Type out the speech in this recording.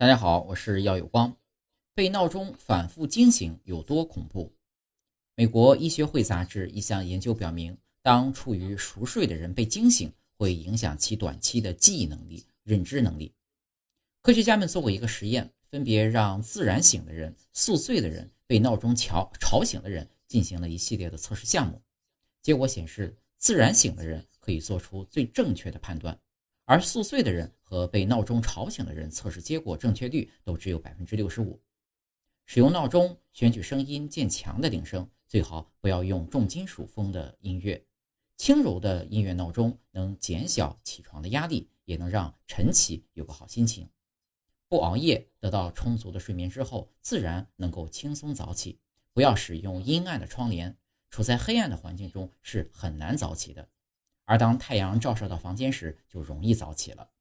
大家好，我是耀有光。被闹钟反复惊醒有多恐怖？美国医学会杂志一项研究表明，当处于熟睡的人被惊醒，会影响其短期的记忆能力、认知能力。科学家们做过一个实验，分别让自然醒的人、宿醉的人、被闹钟吵醒的人进行了一系列的测试项目。结果显示，自然醒的人可以做出最正确的判断，而宿醉的人和被闹钟吵醒的人测试结果正确率都只有 65%。 使用闹钟选取声音渐强的铃声，最好不要用重金属风的音乐。轻柔的音乐闹钟能减小起床的压力，也能让晨起有个好心情。不熬夜，得到充足的睡眠之后，自然能够轻松早起。不要使用阴暗的窗帘，处在黑暗的环境中是很难早起的，而当太阳照射到房间时，就容易早起了。